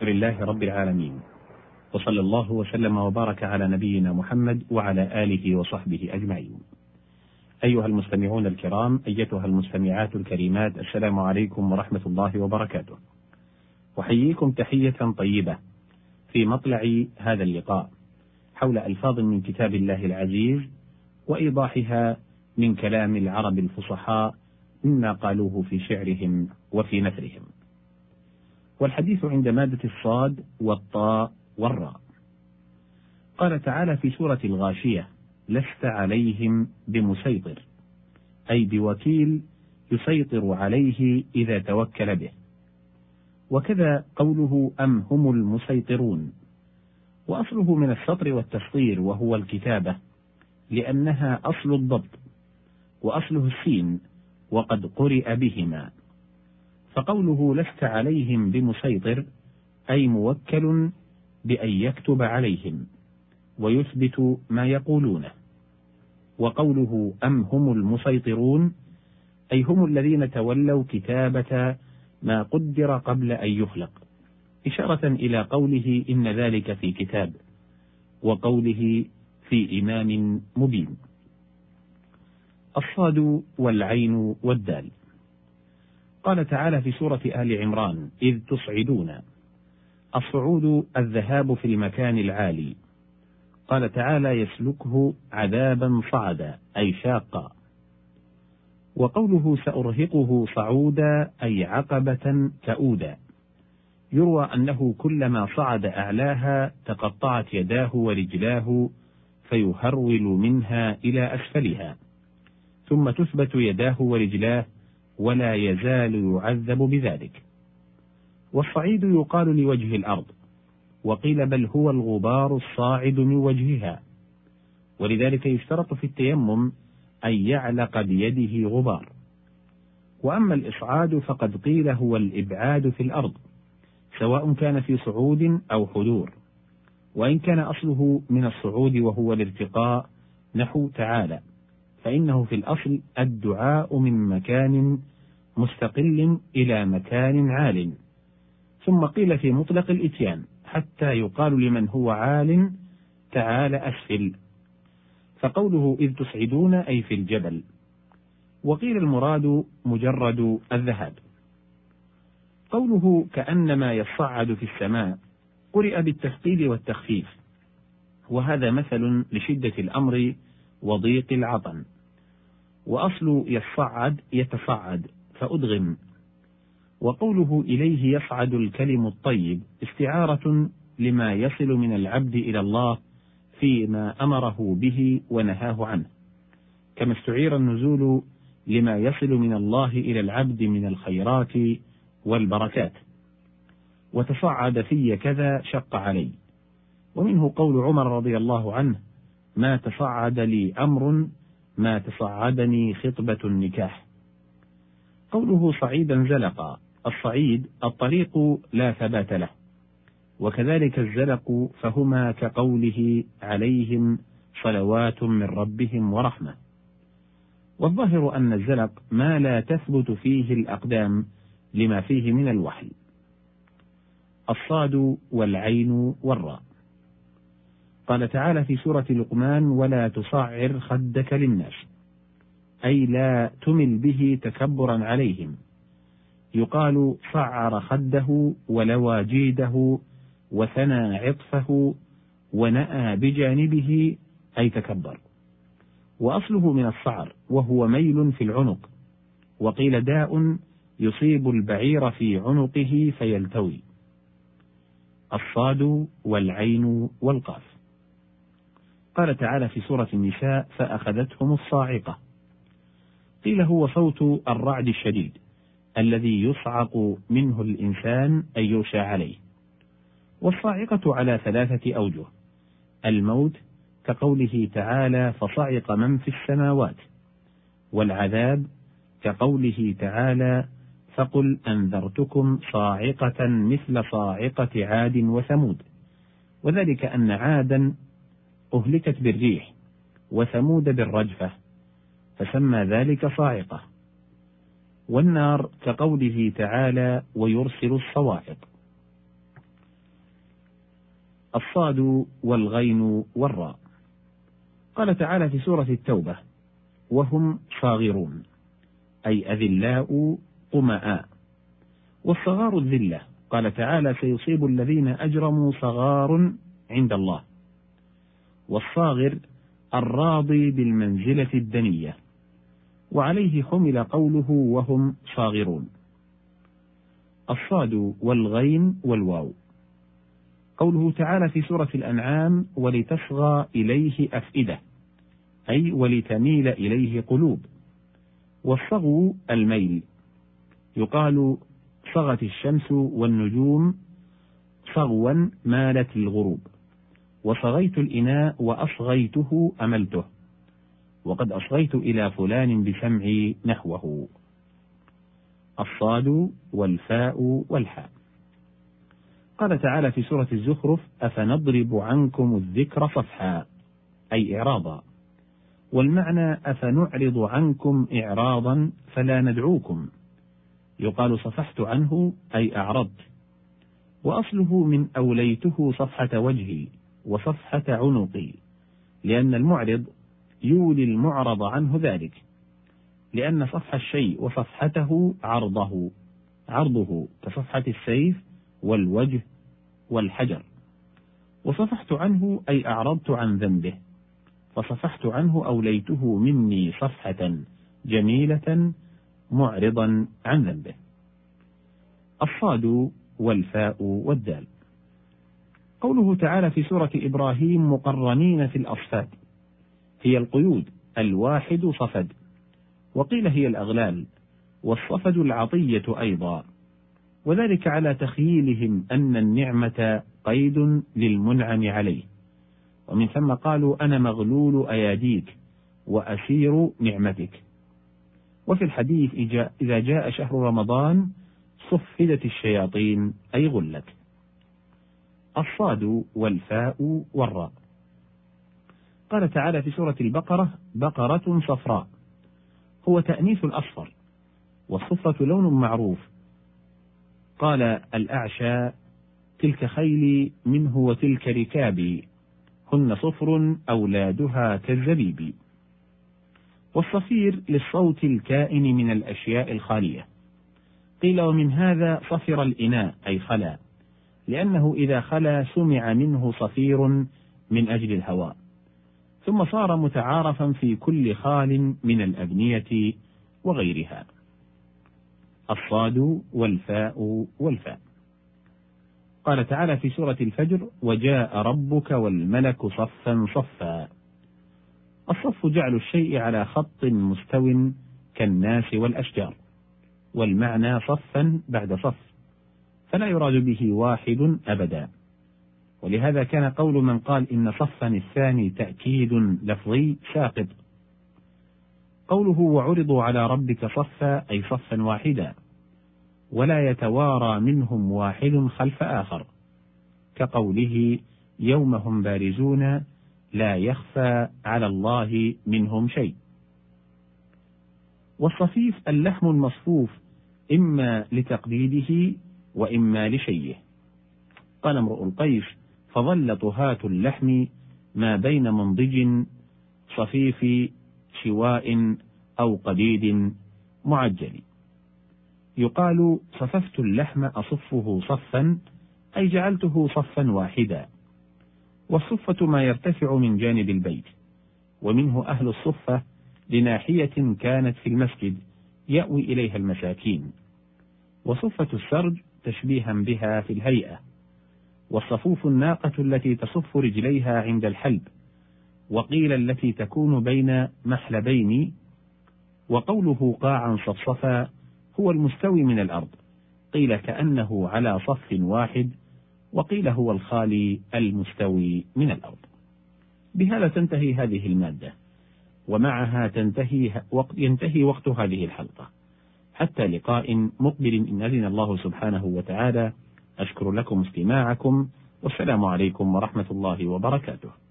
لله رب العالمين، وصلى الله وسلم وبارك على نبينا محمد وعلى آله وصحبه أجمعين. أيها المستمعون الكرام، أيتها المستمعات الكريمات، السلام عليكم ورحمة الله وبركاته. أحييكم تحية طيبة في مطلع هذا اللقاء حول ألفاظ من كتاب الله العزيز وإيضاحها من كلام العرب الفصحاء مما قالوه في شعرهم وفي نثرهم. والحديث عند مادة الصاد والطاء والراء. قال تعالى في سورة الغاشية: لست عليهم بمسيطر، أي بوكيل يسيطر عليه إذا توكل به. وكذا قوله أم هم المسيطرون، وأصله من السطر والتسطير وهو الكتابة، لأنها أصل الضبط، وأصله السين وقد قرئ بهما. فقوله لست عليهم بمسيطر أي موكل بأن يكتب عليهم ويثبت ما يقولونه. وقوله أم هم المسيطرون أي هم الذين تولوا كتابة ما قدر قبل أن يخلق، إشارة إلى قوله إن ذلك في كتاب، وقوله في إمام مبين. الصاد والعين والدال. قال تعالى في سورة آل عمران: إذ تصعدون. الصعود الذهاب في المكان العالي. قال تعالى: يسلكه عذابا صعدا، أي شاقا. وقوله سأرهقه صعودا أي عقبة كؤودا. يروى أنه كلما صعد أعلاها تقطعت يداه ورجلاه فيهرول منها إلى أسفلها، ثم تثبت يداه ورجلاه ولا يزال يعذب بذلك. والصعيد يقال لوجه الأرض، وقيل بل هو الغبار الصاعد من وجهها، ولذلك يشترط في التيمم أن يعلق بيده غبار. وأما الإصعاد فقد قيل هو الإبعاد في الأرض، سواء كان في صعود أو حضور، وإن كان أصله من الصعود وهو الارتقاء نحو تعالى، فإنه في الأصل الدعاء من مكان مستقل إلى مكان عال. ثم قيل في مطلق الإتيان حتى يقال لمن هو عال تعال أسفل. فقوله إذ تصعدون أي في الجبل. وقيل المراد مجرد الذهاب. قوله كأنما يصعد في السماء قرئ بالتثقيل والتخفيف، وهذا مثل لشدة الأمر وضيق العطن. وأصل يصعد يتصعد فأدغم. وقوله إليه يصعد الكلم الطيب استعارة لما يصل من العبد إلى الله فيما أمره به ونهاه عنه، كما استعير النزول لما يصل من الله إلى العبد من الخيرات والبركات. وتصعد في كذا شق علي. ومنه قول عمر رضي الله عنه: ما تصعد لي أمر ما تصعدني خطبة النكاح. قوله صعيدا زلقا. الصعيد الطريق لا ثبات له، وكذلك الزلق، فهما كقوله عليهم صلوات من ربهم ورحمة. والظاهر أن الزلق ما لا تثبت فيه الأقدام لما فيه من الوحل. الصاد والعين والراء. قال تعالى في سورة لقمان: ولا تصعر خدك للناس، أي لا تمل به تكبرا عليهم. يقال صعر خده ولوى جيده وثنى عطفه ونأى بجانبه، أي تكبر. وأصله من الصعر وهو ميل في العنق. وقيل داء يصيب البعير في عنقه فيلتوي. الصاد والعين والقاف. قال تعالى في سورة النساء: فأخذتهم الصاعقة. قيل هو صوت الرعد الشديد الذي يصعق منه الإنسان أي يغشى عليه. والصاعقة على 3 أوجه: الموت كقوله تعالى: فصعق من في السماوات. والعذاب كقوله تعالى: فقل أنذرتكم صاعقة مثل صاعقة عاد وثمود. وذلك أن عادا أهلكت بالريح وثمود بالرجفة، فسمى ذلك صاعقة. والنار كقوله تعالى: ويرسل الصواعق. الصاد والغين والراء. قال تعالى في سورة التوبة: وهم صاغرون، أي أذلاء طمآ. والصغار الذلة، قال تعالى: سيصيب الذين أجرموا صغار عند الله. والصاغر الراضي بالمنزلة الدنية، وعليه حمل قوله وهم صاغرون. الصاد والغين والواو. قوله تعالى في سورة الأنعام: ولتصغى إليه أفئدة، أي ولتميل إليه قلوب. والصغو الميل، يقال صغت الشمس والنجوم صغوا مالت الغروب. وصغيت الإناء وأصغيته أملته، وقد أصغيت إلى فلان بسمعي نحوه. الصاد والفاء والحاء. قال تعالى في سورة الزخرف: أفنضرب عنكم الذكر صفحا، أي إعراضا. والمعنى أفنعرض عنكم إعراضا فلا ندعوكم، يقال صفحت عنه أي أعرضت. وأصله من أوليته صفحة وجهي وصفحة عنقي، لأن المعرض يولي المعرض عنه ذلك، لأن صفح الشيء وصفحته عرضه كصفحة السيف والوجه والحجر. وصفحت عنه أي أعرضت عن ذنبه، فصفحت عنه أوليته مني صفحة جميلة معرضا عن ذنبه. الصاد والفاء والدال. قوله تعالى في سورة إبراهيم: مقرنين في الأصفاد، هي القيود، الواحد صفد، وقيل هي الأغلال، والصفد العطية أيضا، وذلك على تخييلهم أن النعمة قيد للمنعم عليه، ومن ثم قالوا: أنا مغلول أياديك وأسير نعمتك. وفي الحديث: إذا جاء شهر رمضان صفدت الشياطين، أي غلت. الصاد والفاء والراء. قال تعالى في سورة البقرة: بقرة صفراء، هو تأنيث الأصفر، والصفرة لون معروف. قال الأعشى: تلك خيلي منه وتلك ركابي، هن صفر أولادها كالزبيب. والصفير للصوت الكائن من الأشياء الخالية. قيل: ومن هذا صفر الإناء، أي خلا، لأنه إذا خلا سمع منه صفير من أجل الهواء، ثم صار متعارفا في كل خال من الأبنية وغيرها. الصاد والفاء والفاء. قال تعالى في سورة الفجر: وجاء ربك والملك صفا صفا. الصف جعل الشيء على خط مستو كالناس والأشجار، والمعنى صفا بعد صف، فلا يراد به واحد أبدا. ولهذا كان قول من قال إن صفا الثاني تأكيد لفظي ساقط. قوله: وعرضوا على ربك صفا، أي صفا واحدا، ولا يتوارى منهم واحد خلف آخر، كقوله: يوم هم بارزون لا يخفى على الله منهم شيء. والصفيف اللحم المصفوف، إما لتقليده وإما لشيه. قال امرؤ القيس: فظل طهاة اللحم ما بين منضج صفيف شواء أو قديد معجل. يقال: صففت اللحم أصفه صفا، أي جعلته صفا واحدا. والصفة ما يرتفع من جانب البيت، ومنه أهل الصفة لناحية كانت في المسجد يأوي إليها المساكين. وصفة السرج تشبيها بها في الهيئة. والصفوف الناقة التي تصف رجليها عند الحلب، وقيل التي تكون بين محلبين. وقوله قاعا صفصفا هو المستوي من الأرض، قيل كأنه على صف واحد، وقيل هو الخالي المستوي من الأرض. بهذا تنتهي هذه المادة، ومعها ينتهي وقت هذه الحلقة، حتى لقاء مقبل إن أذن الله سبحانه وتعالى. أشكر لكم استماعكم، والسلام عليكم ورحمة الله وبركاته.